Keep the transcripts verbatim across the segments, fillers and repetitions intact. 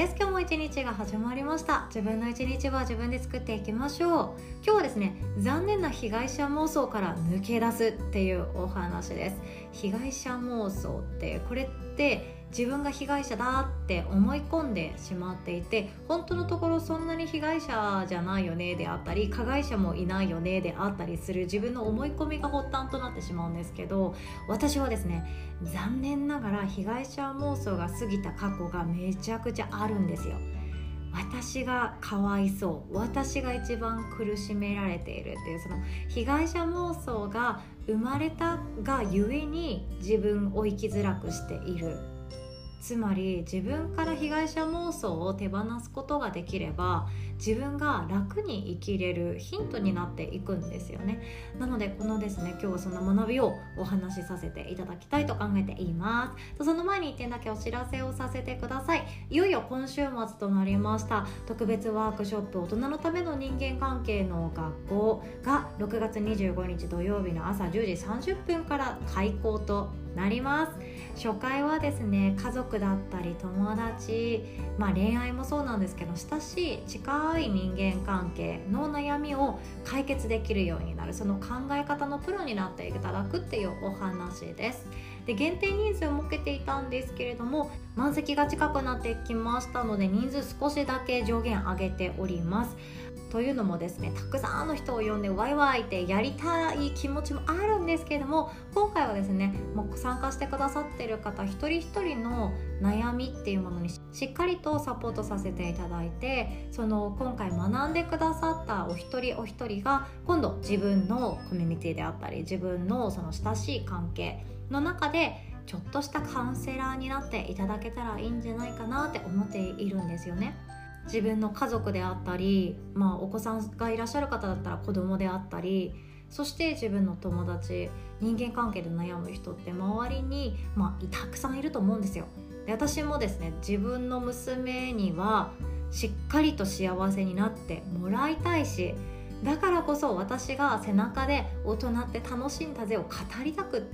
です。今日も一日が始まりました。自分の一日は自分で作っていきましょう。今日はですね、残念な被害者妄想から抜け出すっていうお話です。被害者妄想ってこれって自分が被害者だって思い込んでしまっていて、本当のところそんなに被害者じゃないよねであったり、加害者もいないよねであったりする自分の思い込みが発端となってしまうんですけど、私はですね、残念ながら被害者妄想が過ぎた過去がめちゃくちゃあるんですよ。私がかわいそう、私が一番苦しめられているっていう、その被害者妄想が生まれたがゆえに自分を生きづらくしている。つまり自分から被害者妄想を手放すことができれば、自分が楽に生きれるヒントになっていくんですよね。なのでこのですね、今日はそんな学びをお話しさせていただきたいと考えています。その前にいってんだけお知らせをさせてください。いよいよ今週末となりました特別ワークショップ、大人のための人間関係の学校がろくがつにじゅうごにち土曜日の朝じゅうじさんじゅっぷんから開講となります。初回はですね、家族だったり友達、まあ恋愛もそうなんですけど、親しい近い人間関係の悩みを解決できるようになる、その考え方のプロになっていただくっていうお話です。で、限定人数を設けていたんですけれども、満席が近くなってきましたので、人数少しだけ上限上げております。というのもですね、たくさんの人を呼んでワイワイってやりたい気持ちもあるんですけれども、今回はですね、もう参加してくださっている方一人一人の悩みっていうものにしっかりとサポートさせていただいて、その今回学んでくださったお一人お一人が今度自分のコミュニティであったり、自分のその親しい関係の中でちょっとしたカウンセラーになっていただけたらいいんじゃないかなって思っているんですよね。自分の家族であったり、まあ、お子さんがいらっしゃる方だったら子供であったり、そして自分の友達、人間関係で悩む人って周りに、まあ、たくさんいると思うんですよ。で、私もですね、自分の娘にはしっかりと幸せになってもらいたいし、だからこそ私が背中で大人って楽しんだぜを語りたくって、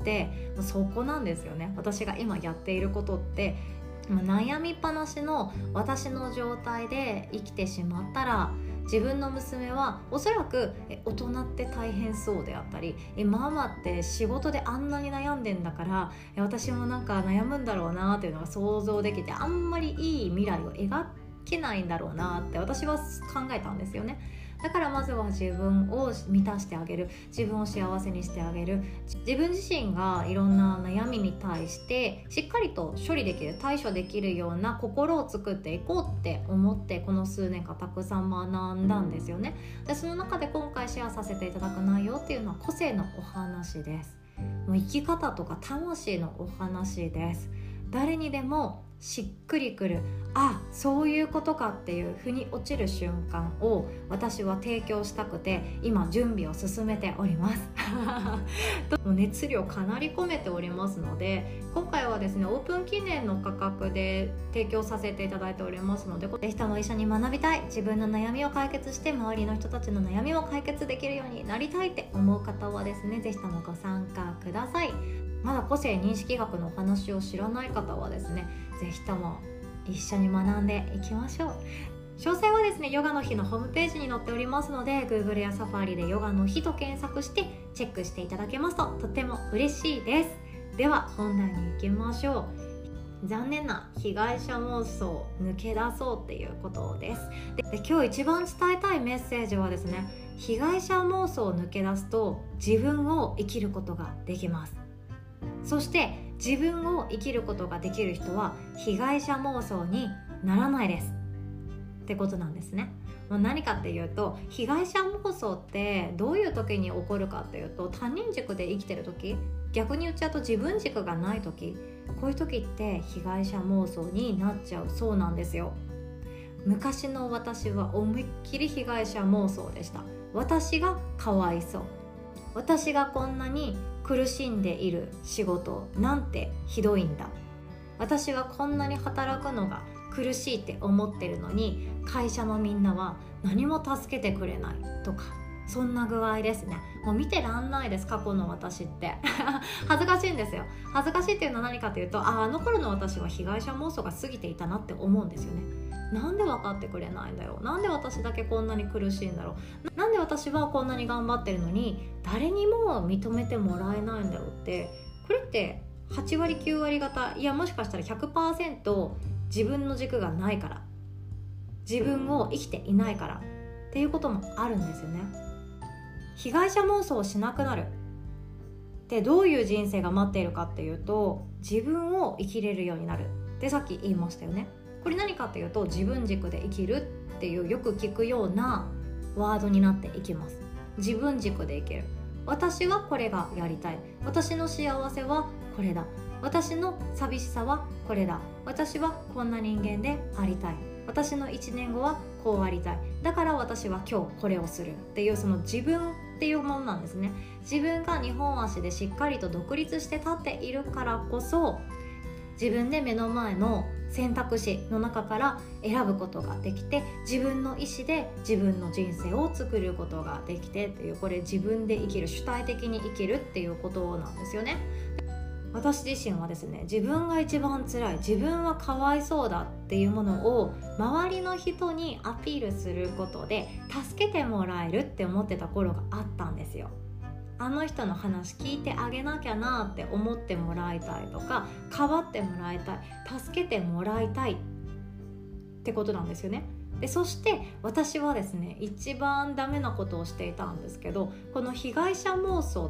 そこなんですよね。私が今やっていることって悩みっぱなしの私の状態で生きてしまったら、自分の娘はおそらくえ大人って大変そうであったり、えママって仕事であんなに悩んでんだからえ私もなんか悩むんだろうなっていうのが想像できて、あんまりいい未来を描けないんだろうなって私は考えたんですよね。だからまずは自分を満たしてあげる、自分を幸せにしてあげる、自分自身がいろんな悩みに対してしっかりと処理できる、対処できるような心を作っていこうって思って、この数年間たくさん学んだんですよね。で、その中で今回シェアさせていただく内容っていうのは個性のお話です。もう生き方とか魂のお話です。誰にでもしっくりくる、あ、そういうことかっていう腑に落ちる瞬間を私は提供したくて、今準備を進めておりますもう熱量かなり込めておりますので、今回はですね、オープン記念の価格で提供させていただいておりますので、ぜひとも一緒に学びたい、自分の悩みを解決して周りの人たちの悩みを解決できるようになりたいって思う方はですね、ぜひともご参加ください。まだ個性認識学のお話を知らない方はですね、ぜひとも一緒に学んでいきましょう。詳細はですね、ヨガの日のホームページに載っておりますので、 Google や Safari でヨガの日と検索してチェックしていただけますととても嬉しいです。では本題に行きましょう。残念な被害者妄想抜け出そうっていうことです。でで今日一番伝えたいメッセージはですね、被害者妄想を抜け出すと自分を生きることができます。そして自分を生きることができる人は被害者妄想にならないですってことなんですね。もう何かっていうと、被害者妄想ってどういう時に起こるかっていうと、他人軸で生きてる時、逆に言っちゃうと自分軸がない時、こういう時って被害者妄想になっちゃうそうなんですよ。昔の私は思いっきり被害者妄想でした。私がかわいそう、私がこんなに苦しんでいる仕事なんてひどいんだ、私はこんなに働くのが苦しいって思ってるのに会社のみんなは何も助けてくれないとか、そんな具合ですね。もう見てらんないです、過去の私って恥ずかしいんですよ。恥ずかしいっていうのは何かというと、ああの頃の私は被害者妄想が過ぎていたなって思うんですよね。 なんで分かってくれないんだろう、なんで私だけこんなに苦しいんだろう、なんで私はこんなに頑張ってるのに誰にも認めてもらえないんだろうって、これってはちわりきゅうわり方、いやもしかしたら ひゃくパーセント 自分の軸がないから、自分を生きていないからっていうこともあるんですよね。被害者妄想をしなくなるでどういう人生が待っているかっていうと、自分を生きれるようになるってさっき言いましたよね。これ何かっていうと、自分軸で生きるっていうよく聞くようなワードになっていきます。自分軸で生きる、私はこれがやりたい、私の幸せはこれだ、私の寂しさはこれだ、私はこんな人間でありたい、私のいちねんごはこうありたい、だから私は今日これをするっていう、その自分っていうものなんですね。自分がにほん足でしっかりと独立して立っているからこそ、自分で目の前の選択肢の中から選ぶことができて、自分の意思で自分の人生を作ることができてっていう、これ自分で生きる、主体的に生きるっていうことなんですよね。私自身はですね、自分が一番辛い、自分はかわいそうだっていうものを周りの人にアピールすることで助けてもらえるって思ってた頃があったんですよ。あの人の話聞いてあげなきゃなって思ってもらいたいとか、かばってもらいたい、助けてもらいたいってことなんですよね。でそして私はですね、一番ダメなことをしていたんですけど、この被害者妄想って、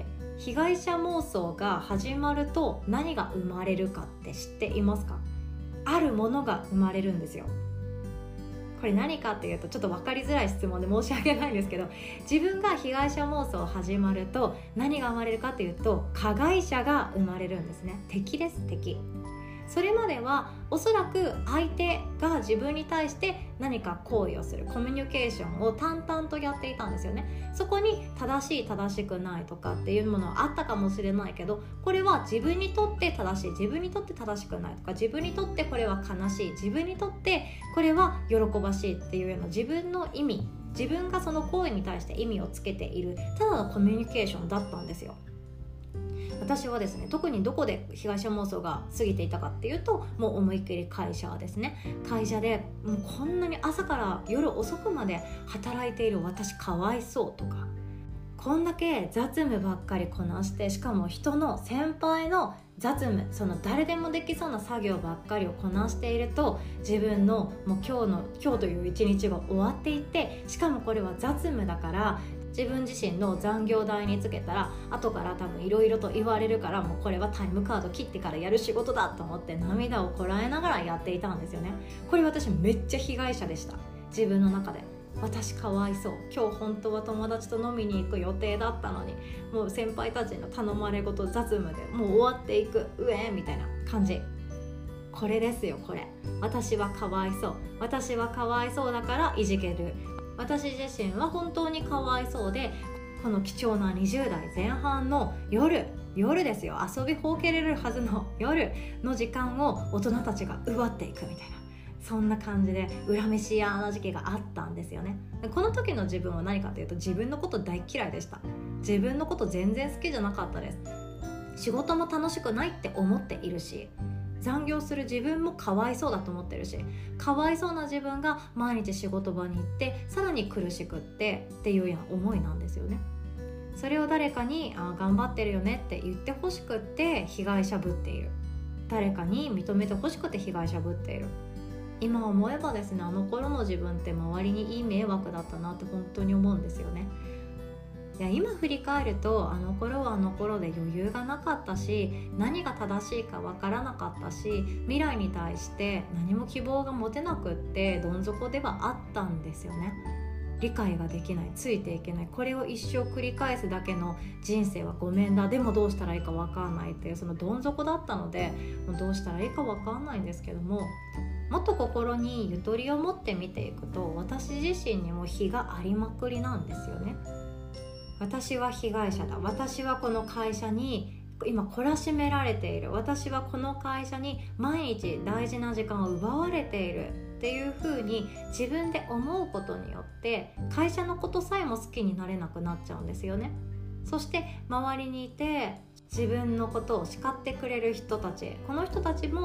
被害者妄想が始まると何が生まれるかって知っていますか？あるものが生まれるんですよ。これ何かっていうと、ちょっと分かりづらい質問で申し訳ないんですけど、自分が被害者妄想始まると何が生まれるかっていうと、加害者が生まれるんですね。敵です、敵。それまではおそらく相手が自分に対して何か行為をする、コミュニケーションを淡々とやっていたんですよね。そこに正しい正しくないとかっていうものはあったかもしれないけど、これは自分にとって正しい、自分にとって正しくないとか、自分にとってこれは悲しい、自分にとってこれは喜ばしいっていうような自分の意味、自分がその行為に対して意味をつけている、ただのコミュニケーションだったんですよ。私はですね、特にどこで被害者妄想が過ぎていたかっていうと、もう思いっきり会社ですね。会社でもうこんなに朝から夜遅くまで働いている私かわいそうとか、こんだけ雑務ばっかりこなして、しかも人の先輩の雑務、その誰でもできそうな作業ばっかりをこなしていると、自分のもう今日の今日という一日が終わっていって、しかもこれは雑務だから自分自身の残業代につけたら後から多分いろいろと言われるから、もうこれはタイムカード切ってからやる仕事だと思って涙をこらえながらやっていたんですよね。これ私めっちゃ被害者でした。自分の中で私かわいそう、今日本当は友達と飲みに行く予定だったのに、もう先輩たちの頼まれ事雑務でもう終わっていく、うえーみたいな感じ。これですよ、これ。私はかわいそう、私はかわいそうだからいじける、私自身は本当にかわいそうで、この貴重なにじゅうだいぜん半の夜夜ですよ、遊びほうけれるはずの夜の時間を大人たちが奪っていくみたいな、そんな感じで恨めしやな時期があったんですよね。この時の自分は何かというと、自分のこと大嫌いでした。自分のこと全然好きじゃなかったです。仕事も楽しくないって思っているし、残業する自分もかわいそうだと思ってるし、かわいそうな自分が毎日仕事場に行ってさらに苦しくってっていうような思いなんですよね。それを誰かにあ頑張ってるよねって言ってほしくって被害者ぶっている、誰かに認めてほしくて被害者ぶっている。今思えばですね、あの頃の自分って周りにいい迷惑だったなって本当に思うんですよね。いや今振り返ると、あの頃はあの頃で余裕がなかったし、何が正しいか分からなかったし、未来に対して何も希望が持てなくってどん底ではあったんですよね。理解ができない、ついていけない、これを一生繰り返すだけの人生はごめんだ、でもどうしたらいいか分かんないっていう、そのどん底だったので、もうどうしたらいいか分かんないんですけども、もっと心にゆとりを持って見ていくと、私自身にも非がありまくりなんですよね。私は被害者だ、私はこの会社に今懲らしめられている、私はこの会社に毎日大事な時間を奪われているっていう風に自分で思うことによって会社のことさえも好きになれなくなっちゃうんですよね。そして周りにいて自分のことを叱ってくれる人たち、この人たちも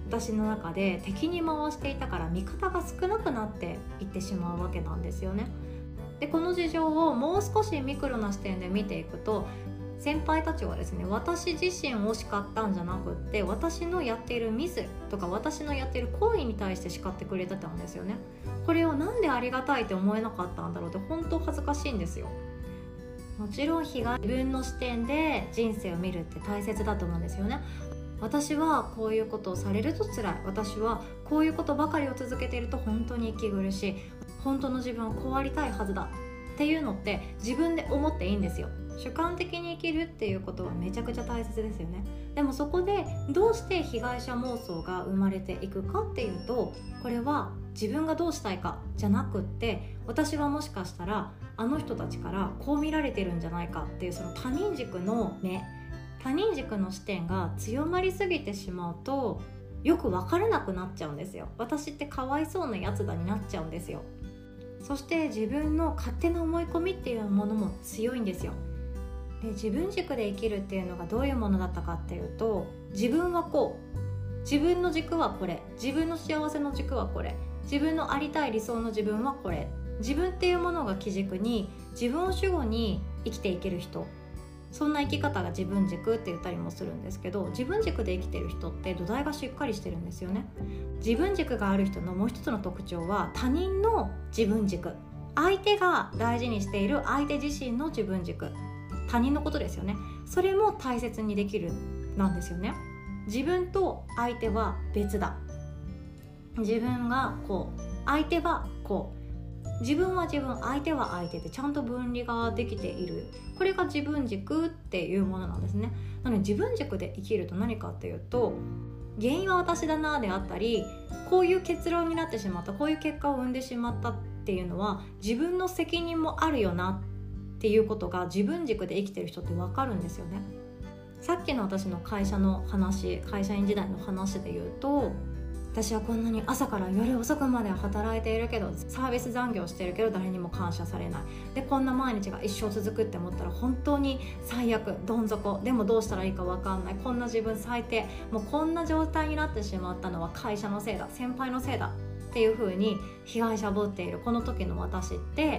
私の中で敵に回していたから味方が少なくなっていってしまうわけなんですよね。でこの事情をもう少しミクロな視点で見ていくと、先輩たちはですね、私自身を叱ったんじゃなくって、私のやっているミスとか私のやっている行為に対して叱ってくれてたんですよね。これをなんでありがたいって思えなかったんだろうって本当恥ずかしいんですよ。もちろん被害自分の視点で人生を見るって大切だと思うんですよね。私はこういうことをされると辛い、私はこういうことばかりを続けていると本当に息苦しい、本当の自分はこうありたいはずだっていうのって自分で思っていいんですよ。主観的に生きるっていうことはめちゃくちゃ大切ですよね。でもそこでどうして被害者妄想が生まれていくかっていうと、これは自分がどうしたいかじゃなくって、私はもしかしたらあの人たちからこう見られてるんじゃないかっていう、その他人軸の目、他人軸の視点が強まりすぎてしまうとよく分からなくなっちゃうんですよ。私ってかわいそうなやつだになっちゃうんですよ。そして自分の勝手な思い込みっていうものも強いんですよ。で自分軸で生きるっていうのがどういうものだったかっていうと、自分はこう、自分の軸はこれ、自分の幸せの軸はこれ、自分のありたい理想の自分はこれ、自分っていうものが基軸に自分を主語に生きていける人、そんな生き方が自分軸って言ったりもするんですけど、自分軸で生きてる人って土台がしっかりしてるんですよね。自分軸がある人のもう一つの特徴は、他人の自分軸、相手が大事にしている相手自身の自分軸、他人のことですよね。それも大切にできるなんですよね。自分と相手は別だ、自分がこう、相手はこう、自分は自分、相手は相手でちゃんと分離ができている、これが自分軸っていうものなんですね。なので自分軸で生きると何かっていうと、原因は私だなであったり、こういう結論になってしまった、こういう結果を生んでしまったっていうのは自分の責任もあるよなっていうことが自分軸で生きてる人って分かるんですよね。さっきの私の会社の話、会社員時代の話で言うと、私はこんなに朝から夜遅くまで働いているけど、サービス残業してるけど誰にも感謝されない、でこんな毎日が一生続くって思ったら本当に最悪、どん底、でもどうしたらいいか分かんない、こんな自分最低、もうこんな状態になってしまったのは会社のせいだ、先輩のせいだっていう風に被害者ぶっているこの時の私って、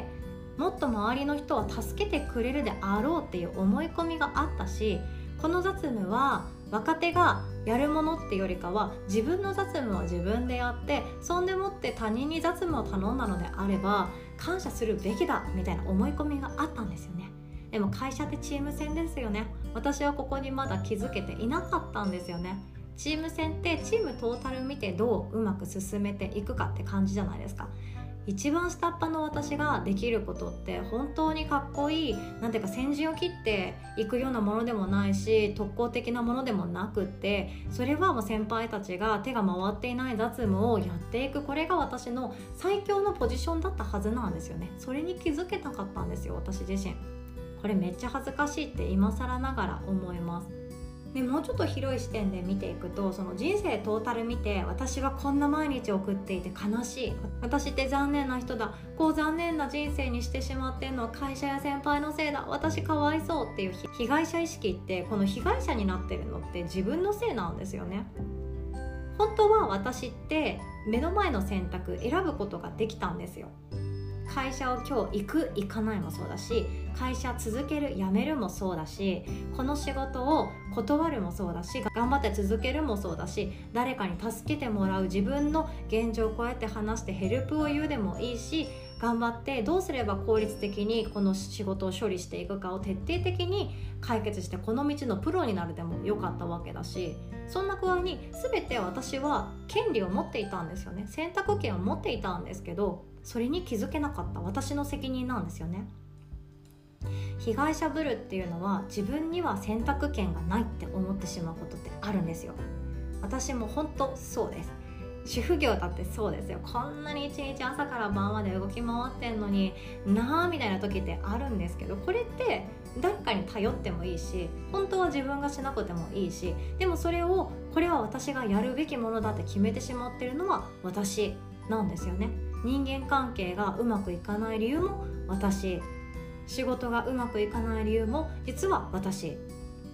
もっと周りの人は助けてくれるであろうっていう思い込みがあったし、この雑務は若手がやるものっていうよりかは自分の雑務は自分でやって、そんでもって他人に雑務を頼んだのであれば感謝するべきだみたいな思い込みがあったんですよね。でも会社ってチーム戦ですよね。私はここにまだ気づけていなかったんですよね。チーム戦ってチームトータル見てどううまく進めていくかって感じじゃないですか。一番下っ端の私ができることって本当にかっこいい、なんていうか先陣を切っていくようなものでもないし、特攻的なものでもなくって、それはもう先輩たちが手が回っていない雑務をやっていく、これが私の最強のポジションだったはずなんですよね。それに気づけなかったんですよ、私自身。これめっちゃ恥ずかしいって今更ながら思います。でもうちょっと広い視点で見ていくと、その人生トータル見て、私はこんな毎日を送っていて悲しい、私って残念な人だ、こう残念な人生にしてしまっているのは会社や先輩のせいだ、私かわいそうっていう被害者意識って、この被害者になってるのって自分のせいなんですよね。本当は私って目の前の選択選ぶことができたんですよ。会社を今日行く行かないもそうだし、会社続ける辞めるもそうだし、この仕事を断るもそうだし、頑張って続けるもそうだし、誰かに助けてもらう、自分の現状をこうやって話してヘルプを言うでもいいし、頑張ってどうすれば効率的にこの仕事を処理していくかを徹底的に解決して、この道のプロになるでもよかったわけだし、そんな具合に全て私は権利を持っていたんですよね。選択権を持っていたんですけど、それに気づけなかった私の責任なんですよね。被害者ぶるっていうのは、自分には選択権がないって思ってしまうことってあるんですよ。私も本当そうです。主婦業だってそうですよ。こんなに一日朝から晩まで動き回ってんのになあみたいな時ってあるんですけど、これって誰かに頼ってもいいし、本当は自分がしなくてもいいし、でもそれをこれは私がやるべきものだって決めてしまってるのは私なんですよね。人間関係がうまくいかない理由も私、仕事がうまくいかない理由も実は私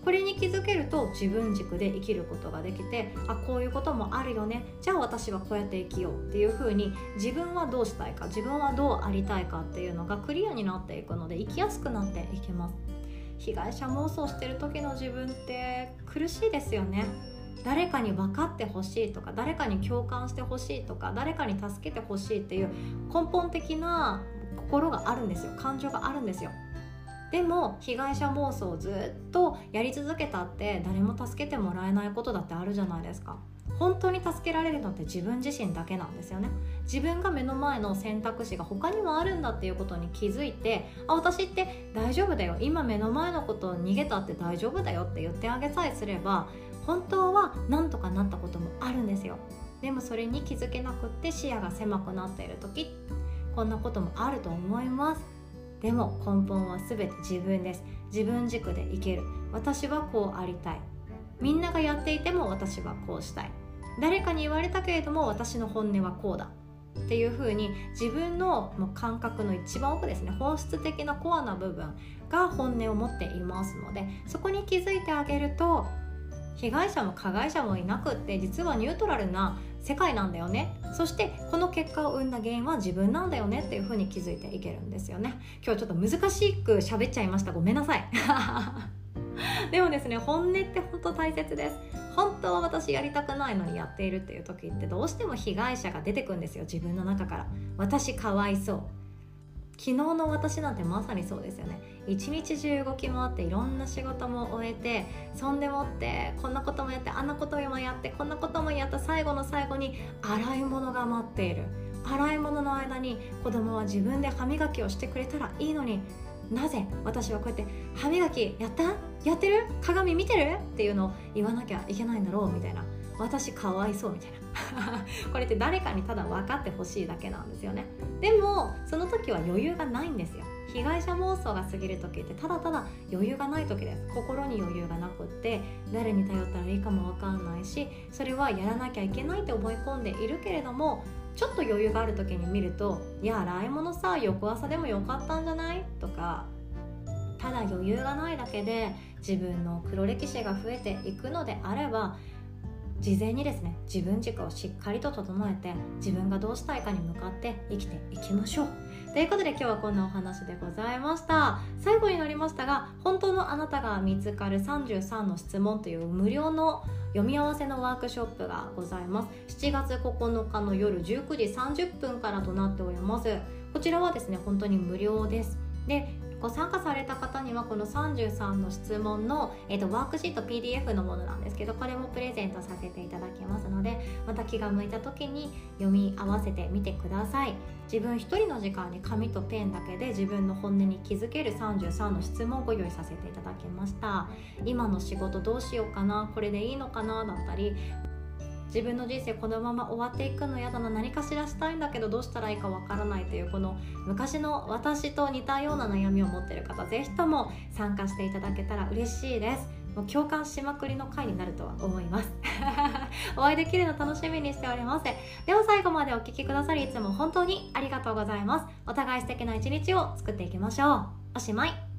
これに気づけると自分軸で生きることができて、あ、こういうこともあるよね、じゃあ私はこうやって生きようっていう風に、自分はどうしたいか、自分はどうありたいかっていうのがクリアになっていくので、生きやすくなっていきます。被害者妄想してる時の自分って苦しいですよね。誰かに分かってほしいとか、誰かに共感してほしいとか、誰かに助けてほしいっていう根本的な心があるんですよ。感情があるんですよ。でも被害者妄想をずっとやり続けたって誰も助けてもらえないことだってあるじゃないですか。本当に助けられるのって自分自身だけなんですよね。自分が目の前の選択肢が他にもあるんだっていうことに気づいて、あ、私って大丈夫だよ、今目の前のことを逃げたって大丈夫だよって言ってあげさえすれば、本当はなんとかなったこともあるんですよ。でもそれに気づけなくって視野が狭くなっている時、こんなこともあると思います。でも根本は全て自分です。自分軸で生きる。私はこうありたい。みんながやっていても私はこうしたい。誰かに言われたけれども私の本音はこうだっていう風に、自分の感覚の一番奥ですね、本質的なコアな部分が本音を持っていますので、そこに気づいてあげると、被害者も加害者もいなくって、実はニュートラルな世界なんだよね。そしてこの結果を生んだ原因は自分なんだよねっていう風に気づいていけるんですよね。今日ちょっと難しく喋っちゃいました。ごめんなさいでもですね、本音って本当大切です。本当は私やりたくないのにやっているっていう時ってどうしても被害者が出てくるんですよ。自分の中から私かわいそう、昨日の私なんてまさにそうですよね。一日中動き回っていろんな仕事も終えて、そんでもってこんなこともやって、あんなこともやって、こんなこともやった、最後の最後に洗い物が待っている。洗い物の間に子供は自分で歯磨きをしてくれたらいいのに、なぜ私はこうやって歯磨きやったやってる、鏡見てるっていうのを言わなきゃいけないんだろうみたいな、私かわいそうみたいなこれって誰かにただ分かってほしいだけなんですよね。でもその時は余裕がないんですよ。被害者妄想が過ぎる時ってただただ余裕がない時です。心に余裕がなくって、誰に頼ったらいいかも分かんないし、それはやらなきゃいけないって思い込んでいるけれども、ちょっと余裕がある時に見ると、いや洗い物さ翌朝でもよかったんじゃないとか、ただ余裕がないだけで自分の黒歴史が増えていくのであれば、事前にですね、自分軸をしっかりと整えて、自分がどうしたいかに向かって生きていきましょう。ということで今日はこんなお話でございました。最後になりましたが、本当のあなたが見つかるさんじゅうさんの質問という無料の読み合わせのワークショップがございます。しちがつここのかの夜じゅうくじさんじゅっぷんからとなっております。こちらはですね、本当に無料です。で、ご参加された方にはこのさんじゅうさんの質問の、えー、とワークシート ピーディーエフ のものなんですけど、これもプレゼントさせていただきますので、また気が向いた時に読み合わせてみてください。自分一人の時間に紙とペンだけで自分の本音に気づけるさんじゅうさんの質問をご用意させていただきました。今の仕事どうしようかな、これでいいのかなだったり、自分の人生このまま終わっていくの嫌だな、何かしらしたいんだけどどうしたらいいかわからないという、この昔の私と似たような悩みを持っている方、ぜひとも参加していただけたら嬉しいです。もう共感しまくりの回になるとは思いますお会いできるの楽しみにしております。では最後までお聞きくださりいつも本当にありがとうございます。お互い素敵な一日を作っていきましょう。おしまい。